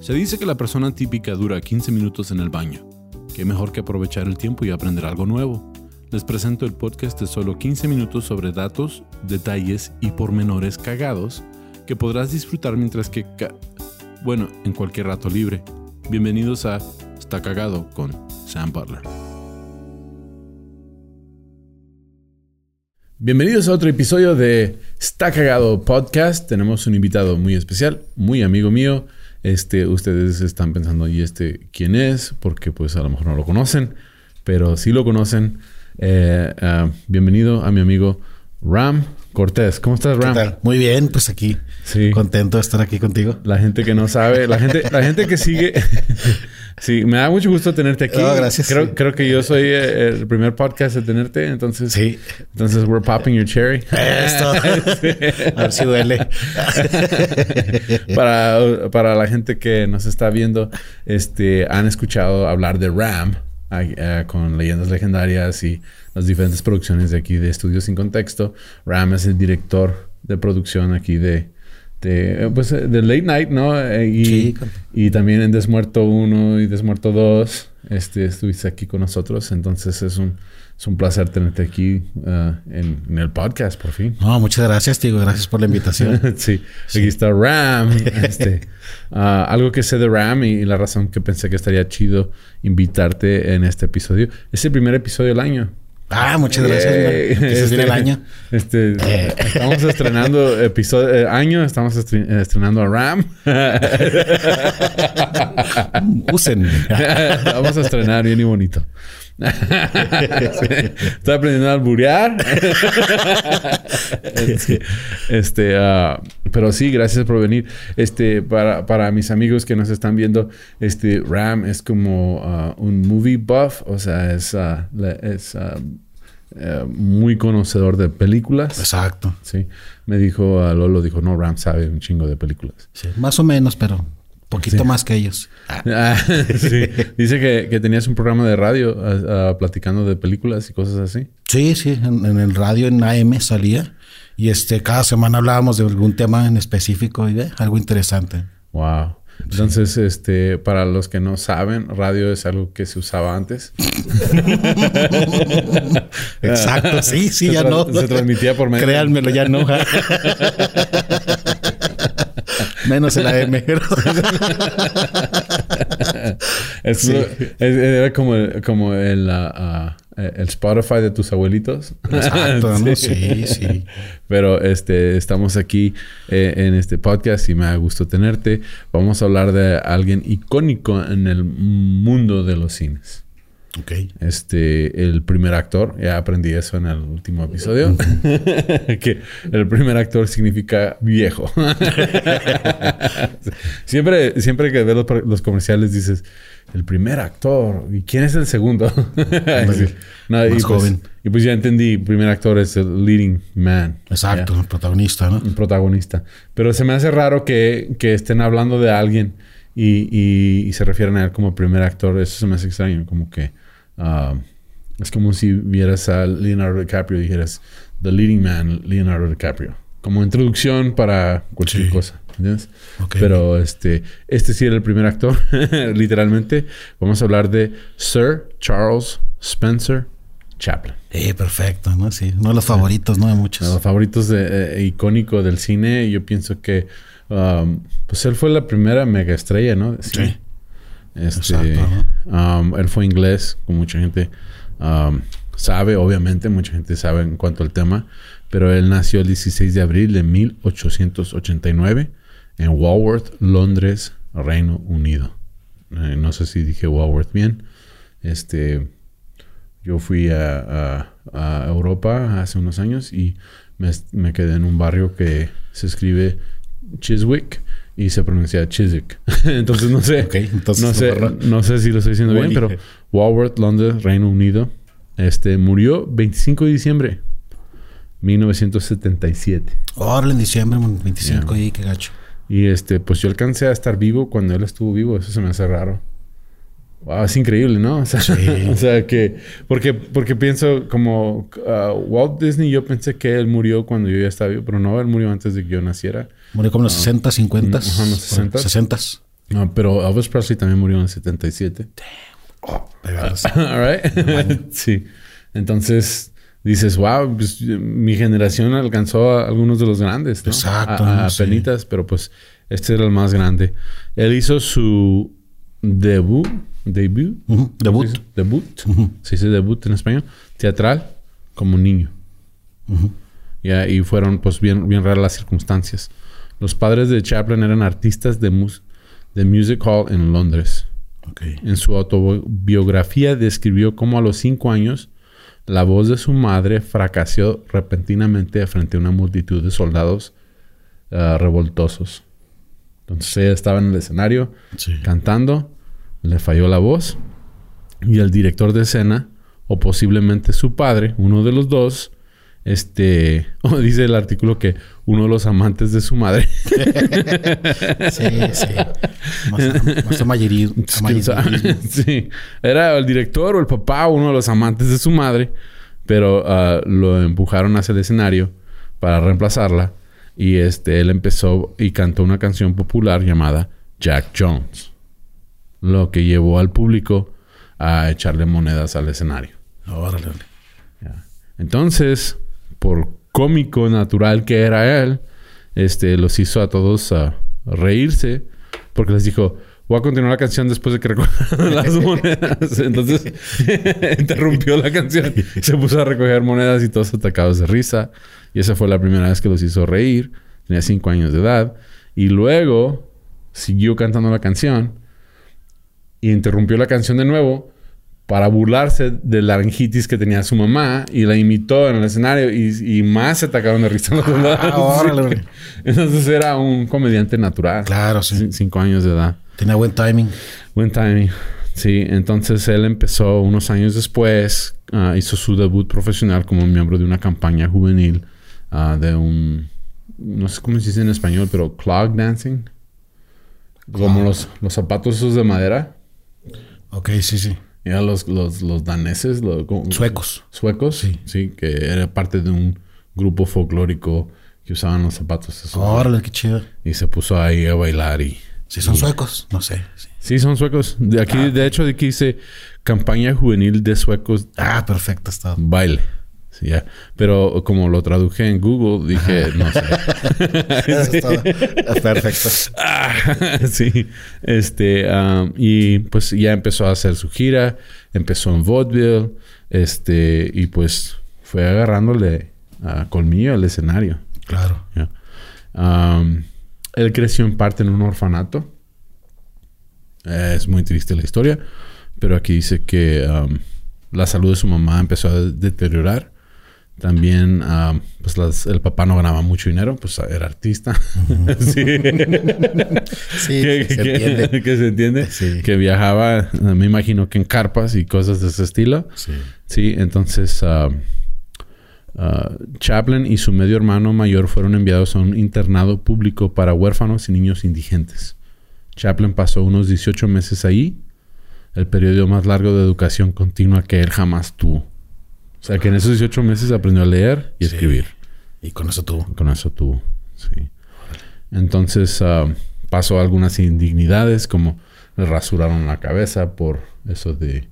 Se dice que la persona típica dura 15 minutos en el baño. ¿Qué mejor que aprovechar el tiempo y aprender algo nuevo? Les presento el podcast de solo 15 minutos sobre datos, detalles y pormenores cagados que podrás disfrutar mientras que... en cualquier rato libre. Bienvenidos a Está Cagado con Sam Butler. Bienvenidos a otro episodio de Está Cagado Podcast. Tenemos un invitado muy especial, muy amigo mío. Ustedes están pensando, ¿y quién es? Porque pues a lo mejor no lo conocen, pero sí lo conocen. Bienvenido a mi amigo Ram Cortés. ¿Cómo estás, Ram? ¿Qué tal? Muy bien, pues aquí. Sí. Contento de estar aquí contigo. La gente que no sabe, la gente que sigue. Sí, me da mucho gusto tenerte aquí. Oh, gracias. Creo que yo soy el primer podcast de tenerte, entonces. Sí. Entonces we're popping your cherry. Esto. A ver si duele. Para la gente que nos está viendo, han escuchado hablar de Ram con Leyendas Legendarias y las diferentes producciones de aquí de Estudios Sin Contexto. Ram es el director de producción aquí de Late Night, ¿no? Y también en Desmuerto 1 y Desmuerto 2 estuviste aquí con nosotros. Entonces es un placer tenerte aquí en el podcast, por fin. No, muchas gracias, Tigo. Gracias por la invitación. Sí. Aquí está Ram. Algo que sé de Ram y la razón que pensé que estaría chido invitarte en este episodio. Es el primer episodio del año. Muchas gracias. Empiezas bien el año. Estamos estrenando año. Estamos estrenando a Ram. Usen. Vamos a estrenar bien y bonito. Estoy aprendiendo a alburear. Pero sí, gracias por venir. Para mis amigos que nos están viendo, Ram es como un movie buff, o sea, es muy conocedor de películas. Exacto. Sí. Me dijo, Lolo dijo, no, Ram sabe un chingo de películas. Sí, más o menos, pero poquito más que ellos. Sí. Dice que tenías un programa de radio platicando de películas y cosas así. Sí. En el radio, en AM salía. Y cada semana hablábamos de algún tema en específico y de algo interesante. Wow. Entonces, para los que no saben, radio es algo que se usaba antes. Exacto. Sí, ya no. Se transmitía por medio. Créanmelo, ya no. Menos el AM. Era como el Spotify de tus abuelitos. Exacto, ¿no? Sí. Pero estamos aquí en este podcast y me da gusto tenerte. Vamos a hablar de alguien icónico en el mundo de los cines. Ok. El primer actor, ya aprendí eso en el último episodio, que el primer actor significa viejo. siempre que ves los comerciales dices, el primer actor, ¿y quién es el segundo? Más joven. Y pues ya entendí, el primer actor es el leading man. Exacto, el protagonista, ¿no? El protagonista. Pero se me hace raro que estén hablando de alguien y se refieren a él como primer actor. Eso se me hace extraño. Como que es como si vieras a Leonardo DiCaprio y dijeras The Leading Man, Leonardo DiCaprio. Como introducción para cualquier cosa. ¿Entiendes? Okay. Pero sí era el primer actor. Literalmente. Vamos a hablar de Sir Charles Spencer Chaplin. Perfecto, ¿no? Sí. Uno de los favoritos, ¿no? De muchos. Uno de los favoritos icónico del cine. Yo pienso que pues él fue la primera mega estrella, ¿no? Sí. Exacto, ¿no? Él fue inglés, como mucha gente sabe, obviamente, mucha gente sabe en cuanto al tema, pero él nació el 16 de abril de 1889 en Walworth, Londres, Reino Unido. No sé si dije Walworth bien. Yo fui a Europa hace unos años y me quedé en un barrio que se escribe Chiswick y se pronuncia Chiswick. Entonces no sé. Okay, no sé si lo estoy diciendo bien, pero Walworth, Londres, Reino Unido. Murió 25 de diciembre 1977. Órale, en diciembre 25, y qué gacho. Y pues yo alcancé a estar vivo cuando él estuvo vivo. Eso se me hace raro. Wow, es increíble, ¿no? O sea, sí. O sea que... Porque pienso como... Walt Disney, yo pensé que él murió cuando yo ya estaba vivo. Pero no, él murió antes de que yo naciera. Murió como en los 60, 50. Ajá, en los 60. 60. No, pero Elvis Presley también murió en el 77. De verdad. All right. Sí. Entonces dices, wow, pues, mi generación alcanzó a algunos de los grandes, ¿no? Exacto. Penitas, pero pues este era el más grande. Él hizo su debut. Debut. Se dice debut en español. Teatral como niño. Y fueron pues bien raras las circunstancias. Los padres de Chaplin eran artistas de music hall en Londres. Okay. En su autobiografía describió cómo a los 5 años la voz de su madre fracasó repentinamente frente a una multitud de soldados revoltosos. Entonces ella estaba en el escenario cantando, le falló la voz y el director de escena, o posiblemente su padre, uno de los dos, dice el artículo que uno de los amantes de su madre. Sí. Más amarillismo. Sí. Era el director o el papá, uno de los amantes de su madre, pero lo empujaron hacia el escenario para reemplazarla. Y él empezó y cantó una canción popular llamada Jack Jones, lo que llevó al público a echarle monedas al escenario. Órale. Entonces, por cómico natural que era él, los hizo a todos reírse, porque les dijo, voy a continuar la canción después de que recojan las monedas. Entonces, interrumpió la canción, se puso a recoger monedas y todos atacados de risa. Y esa fue la primera vez que los hizo reír. Tenía 5 años de edad. Y luego siguió cantando la canción y interrumpió la canción de nuevo para burlarse de la laringitis que tenía su mamá, y la imitó en el escenario y más se atacaron de risa los soldados. Órale. Entonces era un comediante natural. Claro, sí. 5 años de edad. Tenía buen timing. Sí. Entonces él empezó unos años después, hizo su debut profesional como miembro de una campaña juvenil de un... No sé cómo se dice en español, pero clog dancing. Como los zapatos esos de madera. Ok, sí. Eran los daneses. Suecos. Suecos, sí. Que era parte de un grupo folclórico que usaban los zapatos esos. Órale, qué chido. Y se puso ahí a bailar y... Sí, son suecos. No sé. Sí, son suecos. De hecho, de aquí dice campaña juvenil de suecos. Perfecto. Está. Baile. Sí, ya. Pero como lo traduje en Google, dije, no sé. Eso es todo. Perfecto. Sí. Y pues ya empezó a hacer su gira. Empezó en vaudeville. Y pues fue agarrándole colmillo al escenario. Claro. Yeah. Él creció en parte en un orfanato. Es muy triste la historia. Pero aquí dice que la salud de su mamá empezó a deteriorar. También, pues el papá no ganaba mucho dinero. Pues era artista. Sí. Sí, se entiende. Que se entiende. Sí. Que viajaba, me imagino que en carpas y cosas de ese estilo. Sí, entonces... Chaplin y su medio hermano mayor fueron enviados a un internado público para huérfanos y niños indigentes. Chaplin pasó unos 18 meses ahí, el periodo más largo de educación continua que él jamás tuvo. O sea, que en esos 18 meses aprendió a leer y escribir. Y con eso tuvo. Sí. Entonces pasó algunas indignidades, como le rasuraron la cabeza por eso de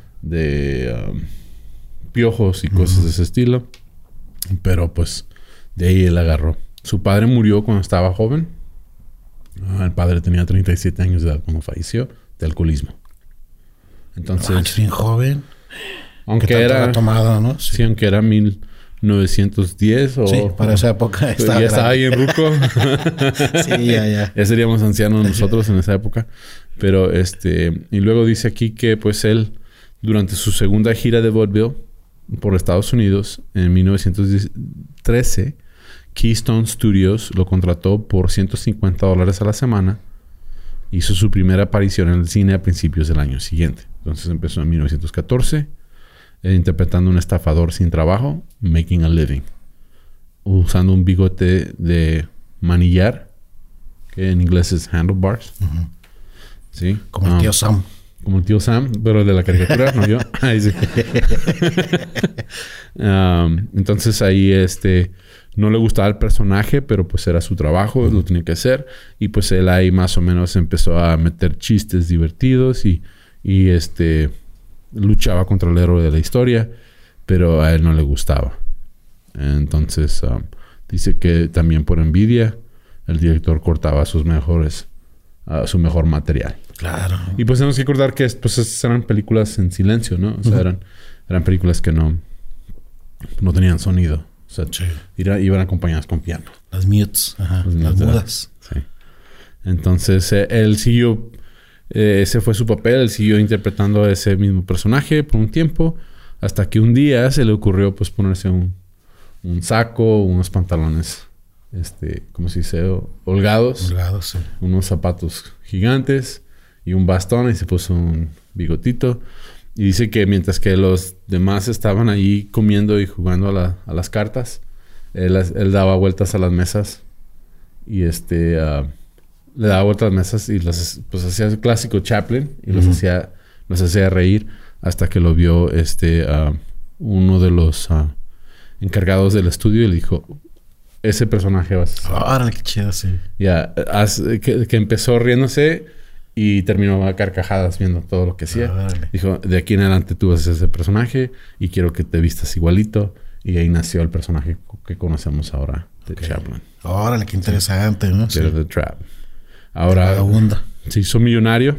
piojos y cosas de ese estilo. Pero pues de ahí él agarró. Su padre murió cuando estaba joven. El padre tenía 37 años de edad cuando falleció de alcoholismo. Entonces... bien joven. Aunque era... tomado, ¿no? Sí, aunque era 1910 o... Sí, para esa época ya estaba ahí en ruco. Sí, ya. Ya seríamos ancianos nosotros en esa época. Pero y luego dice aquí que pues él, durante su segunda gira de vaudeville por Estados Unidos, en 1913, Keystone Studios lo contrató por $150 a la semana. Hizo su primera aparición en el cine a principios del año siguiente. Entonces empezó en 1914, interpretando un estafador sin trabajo, making a living, usando un bigote de manillar, que en inglés es handlebars. ¿Sí? Como el tío Sam. Como el tío Sam, pero de la caricatura, no yo. Ahí sí. Entonces ahí no le gustaba el personaje, pero pues era su trabajo, lo tenía que hacer. Y pues él ahí más o menos empezó a meter chistes divertidos y luchaba contra el héroe de la historia, pero a él no le gustaba. Entonces dice que también por envidia el director cortaba su mejor material. Claro. Y pues tenemos que recordar que pues esas eran películas en silencio, ¿no? O sea, eran películas que no tenían sonido. O sea, Sí. iban acompañadas con piano. Las mutes. Ajá. Las mudas. Sí. Entonces, él siguió... ese fue su papel. Él siguió interpretando a ese mismo personaje por un tiempo. Hasta que un día se le ocurrió pues ponerse un saco, unos pantalones... ¿cómo se dice? Holgados. Holgados, sí. Unos zapatos gigantes y un bastón, y se puso un bigotito. Y dice que mientras que los demás estaban allí comiendo y jugando a las cartas, él daba vueltas a las mesas y le daba vueltas a las mesas y pues hacía el clásico Chaplin y los hacía reír hasta que lo vio uno de los encargados del estudio y le dijo: ese personaje vas a hacer. Órale, qué chido, sí. Ya, que empezó riéndose y terminó a carcajadas viendo todo lo que hacía. Órale. Dijo: de aquí en adelante tú vas a ser ese personaje y quiero que te vistas igualito. Y ahí nació el personaje que conocemos ahora de Chaplin. Órale, qué interesante, ¿no? Sí. The Trap. Ahora se hizo millonario.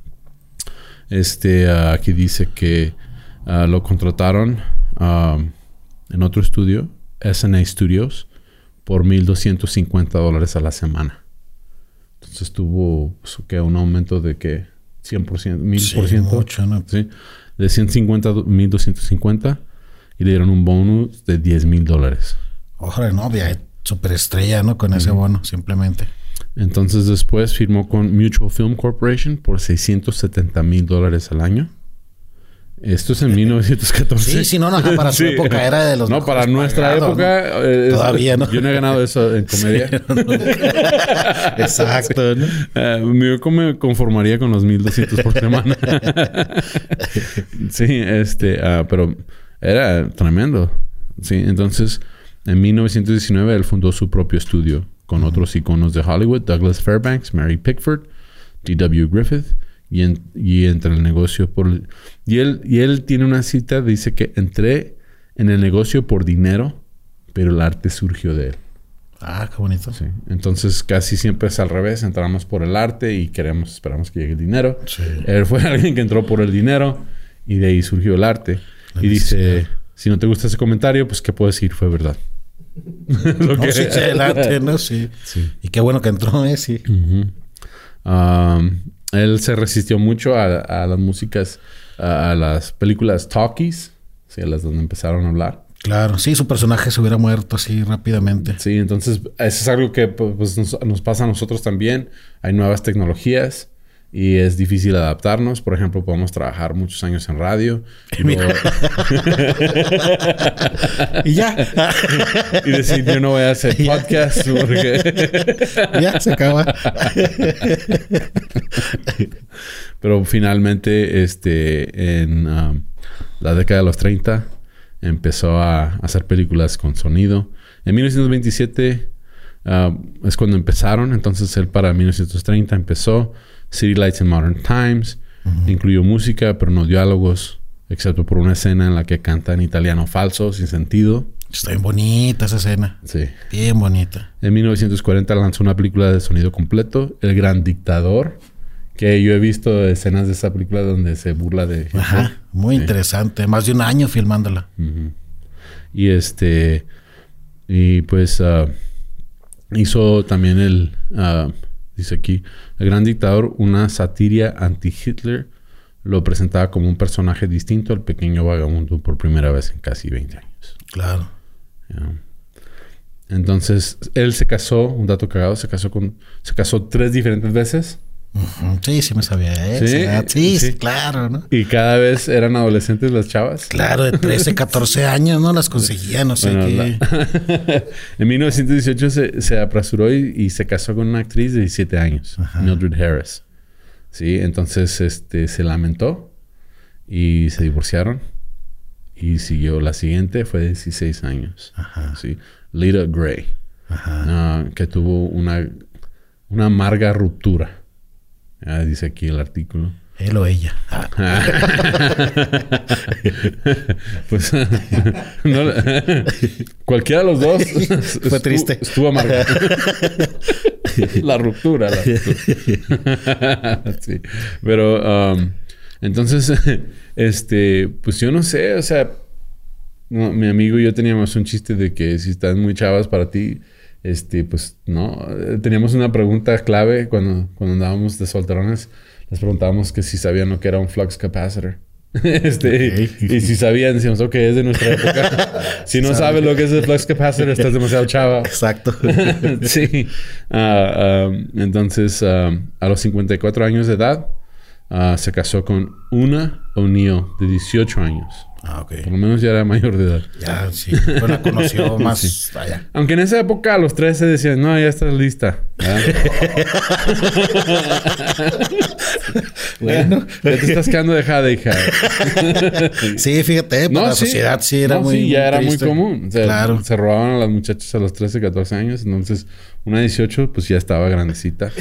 Aquí dice que lo contrataron en otro estudio, SNA Studios, por $1,250 a la semana. Entonces tuvo un aumento de que 100%, 1,000%. Sí, mucho, ¿no? Sí, de 150 a 1,250 y le dieron un bonus de $10,000. Ojalá, no, ya superestrella, ¿no? Con ese bono, simplemente. Entonces después firmó con Mutual Film Corporation por $670,000 al año. Esto es en 1914. Sí, no, para su época era de los no, para nuestra época... ¿no? Todavía, ¿no? Yo no he ganado eso en comedia. Sí, exacto, ¿no? Yo me conformaría con los 1,200 por semana. Sí, pero era tremendo. Sí, entonces, en 1919 él fundó su propio estudio con otros iconos de Hollywood: Douglas Fairbanks, Mary Pickford, D.W. Griffith. Y entre el negocio y él tiene una cita, dice que entré en el negocio por dinero, pero el arte surgió de él. Ah, qué bonito. Sí. Entonces casi siempre es al revés, entramos por el arte y esperamos que llegue el dinero. Sí. Él fue alguien que entró por el dinero y de ahí surgió el arte. Y dice: si no te gusta ese comentario, pues ¿qué puedo decir? Fue verdad. Sí, el arte, ¿no? Sí. Y qué bueno que entró, sí. Él se resistió mucho a las músicas, a las películas talkies, sí, a las donde empezaron a hablar. Claro, sí, su personaje se hubiera muerto así rápidamente. Sí, entonces eso es algo que pues, nos pasa a nosotros también. Hay nuevas tecnologías y es difícil adaptarnos. Por ejemplo, podemos trabajar muchos años en radio y luego... y ya. Y decir: yo no voy a hacer podcast porque... Ya, se acaba. Pero finalmente, en la década de los 30, empezó a hacer películas con sonido. En 1927 es cuando empezaron. Entonces él para 1930 empezó City Lights and Modern Times. Incluyó música, pero no diálogos, excepto por una escena en la que canta en italiano falso, sin sentido. Está bien bonita esa escena. Sí. Bien bonita. En 1940 lanzó una película de sonido completo, El Gran Dictador, que yo he visto escenas de esa película donde se burla de... Ajá, muy interesante. Más de un año filmándola. Y y pues hizo también dice aquí, El Gran Dictador, una sátira anti-Hitler. Lo presentaba como un personaje distinto al pequeño vagabundo por primera vez en casi 20 años. Claro. Yeah. Entonces, él se casó, un dato cagado, se casó 3 diferentes veces. Sí, me sabía eso. Sí, claro, ¿no? Y cada vez eran adolescentes las chavas. Claro, de 13, 14 años, ¿no? Las conseguía, no sé qué. En 1918 se apresuró y se casó con una actriz de 17 años, Mildred Harris. Sí, entonces se lamentó y se divorciaron. Y siguió la siguiente, fue de 16 años. Ajá. Sí. Lita Gray, que tuvo una amarga ruptura. Dice aquí el artículo. Él o ella. Pues cualquiera de los dos fue triste. Estuvo amarga. La ruptura. Sí. Pero entonces, pues yo no sé, o sea, no, mi amigo y yo teníamos un chiste de que si están muy chavas para ti, pues no. Teníamos una pregunta clave cuando andábamos de solterones. Les preguntábamos que si sabían lo que era un flux capacitor. Y si sabían, decíamos, ok, es de nuestra época. Si no sabes lo que es el flux capacitor, estás demasiado chava. Exacto. Sí. Entonces, a los 54 años de edad, se casó con Una O'Neill, de 18 años. Ok. Por lo menos ya era mayor de edad. Ya, sí. Pues la conoció más Sí. allá. Aunque en esa época a los 13 decían, no, ya estás lista. Bueno. Ya te estás quedando dejada, hija. Sí, fíjate, para la sociedad sí era muy sí, ya era triste. muy común. O sea, Claro. se robaban a las muchachas a los 13, 14 años. Entonces, una 18, pues ya estaba grandecita.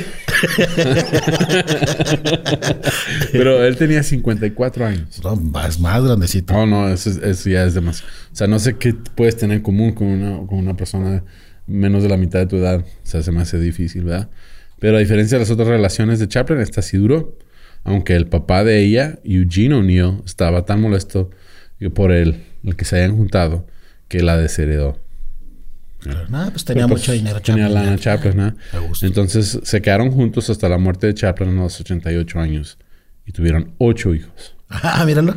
Pero él tenía 54 años. No, más grandecito. Oh, no, eso ya es demasiado. O sea, no sé qué puedes tener en común con una persona menos de la mitad de tu edad. O sea, se me hace difícil, ¿verdad? Pero a diferencia de las otras relaciones de Chaplin, esta sí duró. Aunque el papá de ella, Eugene O'Neill, estaba tan molesto por el que se hayan juntado que la desheredó. Nada, pues tenía mucho dinero. Tenía Chaplin, lana ya. Chaplin, ¿no? A gusto. Entonces se quedaron juntos hasta la muerte de Chaplin a los 88 años. Y tuvieron 8 hijos. Ah, míralo.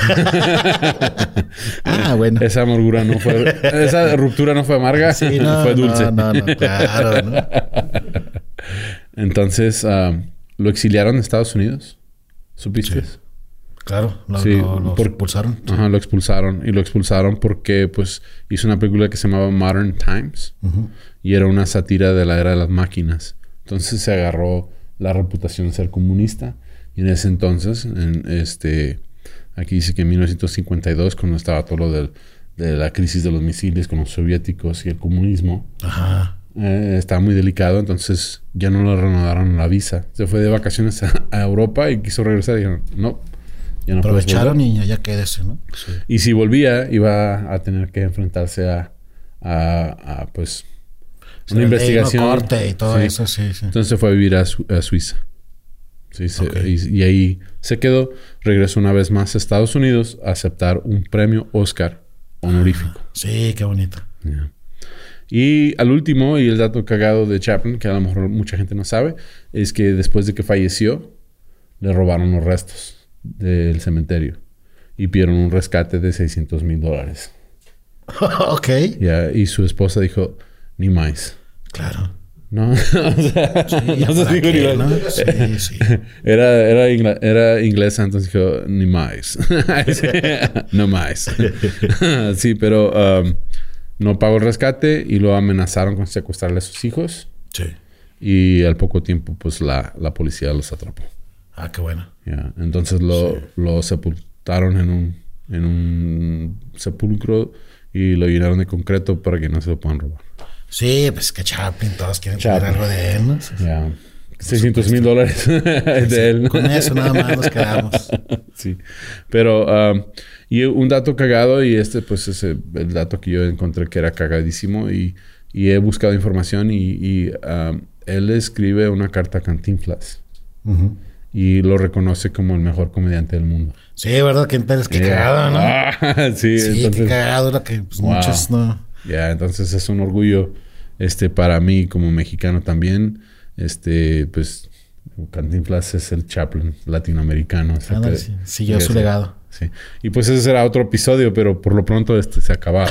Bueno. Esa amargura no fue... esa ruptura no fue amarga. Sí, no, fue dulce. No, claro, ¿no? Entonces, lo exiliaron de Estados Unidos. ¿Supiste? Sí. Claro, lo expulsaron. Sí. Ajá, lo expulsaron. Y lo expulsaron porque, pues, hizo una película que se llamaba Modern Times. Uh-huh. Y era una sátira de la era de las máquinas. Entonces se agarró la reputación de ser comunista. Y en ese entonces, aquí dice que en 1952, cuando estaba todo lo de la crisis de los misiles con los soviéticos y el comunismo, Ajá. estaba muy delicado. Entonces ya no le renovaron la visa. Se fue de vacaciones a Europa y quiso regresar. Y dijeron, no, ya no aprovecharon puedes y ya quédese, ¿no? Sí. Y si volvía, iba a tener que enfrentarse a pues, una investigación. Corte y todo eso, sí. Entonces se fue a vivir a Suiza. Sí, Okay. Y ahí se quedó. Regresó una vez más a Estados Unidos a aceptar un premio Oscar honorífico. Sí, qué bonito. Yeah. Y al último, y el dato cagado de Chaplin, que a lo mejor mucha gente no sabe, es que después de que falleció, le robaron los restos del cementerio y pidieron un rescate de $600,000. Ok. Yeah, y su esposa dijo, ni más. Claro. No, o sea, Sí, no se dijo ni más. ¿no? Sí. Era inglesa, entonces dijo, ni más. No más. Sí, pero no pagó el rescate y lo amenazaron con secuestrarle a sus hijos. Sí. Y al poco tiempo, pues, la policía los atrapó. Ah, qué bueno. Yeah. Entonces lo sepultaron en un sepulcro y lo llenaron de concreto para que no se lo puedan robar. Sí, pues que Chaplin, todos quieren tener algo de él, ¿no? Sí. Yeah. $600,000 de él. Con eso nada más nos quedamos. Sí. Pero, y un dato cagado, y pues es el dato que yo encontré que era cagadísimo, y he buscado información, y él escribe una carta a Cantinflas. Uh-huh. Y lo reconoce como el mejor comediante del mundo. Sí, ¿verdad? Qué cagado, ¿no? Sí, entonces, qué cagado lo que pues, muchos no... Ya, entonces es un orgullo para mí como mexicano también. Pues Cantinflas es el Chaplin latinoamericano. Sí. Siguió su legado. Sí. Y pues ese será otro episodio, pero por lo pronto se acababa.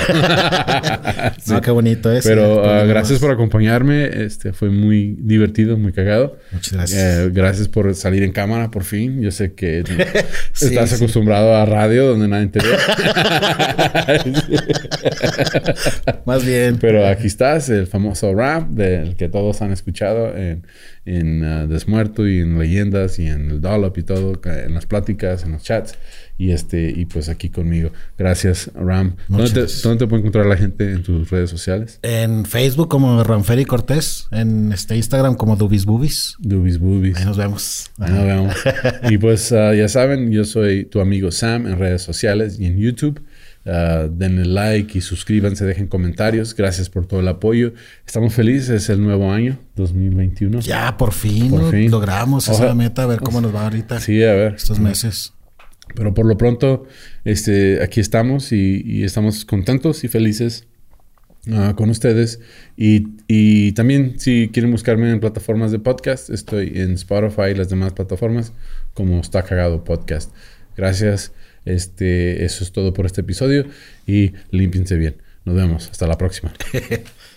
Sí. No, qué bonito es. Pero gracias por acompañarme. Fue muy divertido, muy cagado. Muchas gracias. Gracias por salir en cámara por fin. Yo sé que estás acostumbrado a radio donde nadie te ve. Más bien. Pero aquí estás, el famoso rap del que todos han escuchado en Desmuerto y en Leyendas y en el Dollop y todo, en las pláticas, en los chats. y pues aquí conmigo. Gracias, Ram. Muchas ¿Dónde gracias. te puede encontrar la gente en tus redes sociales? En Facebook como Ramferi Cortés. En Instagram como Dubis Bubis. Dubis Bubis. Ahí nos vemos. Ahí nos vemos. Y pues ya saben, yo soy tu amigo Sam en redes sociales y en YouTube. Denle like y suscríbanse, dejen comentarios. Gracias por todo el apoyo. Estamos felices, es el nuevo año 2021. Ya, por fin, Por fin. logramos esa meta, a ver cómo nos va ahorita Sí, a ver. estos meses. Pero por lo pronto, aquí estamos y estamos contentos y felices con ustedes. Y también, si quieren buscarme en plataformas de podcast, estoy en Spotify y las demás plataformas como Está Cagado Podcast. Gracias. Eso es todo por este episodio y límpiense bien. Nos vemos. Hasta la próxima.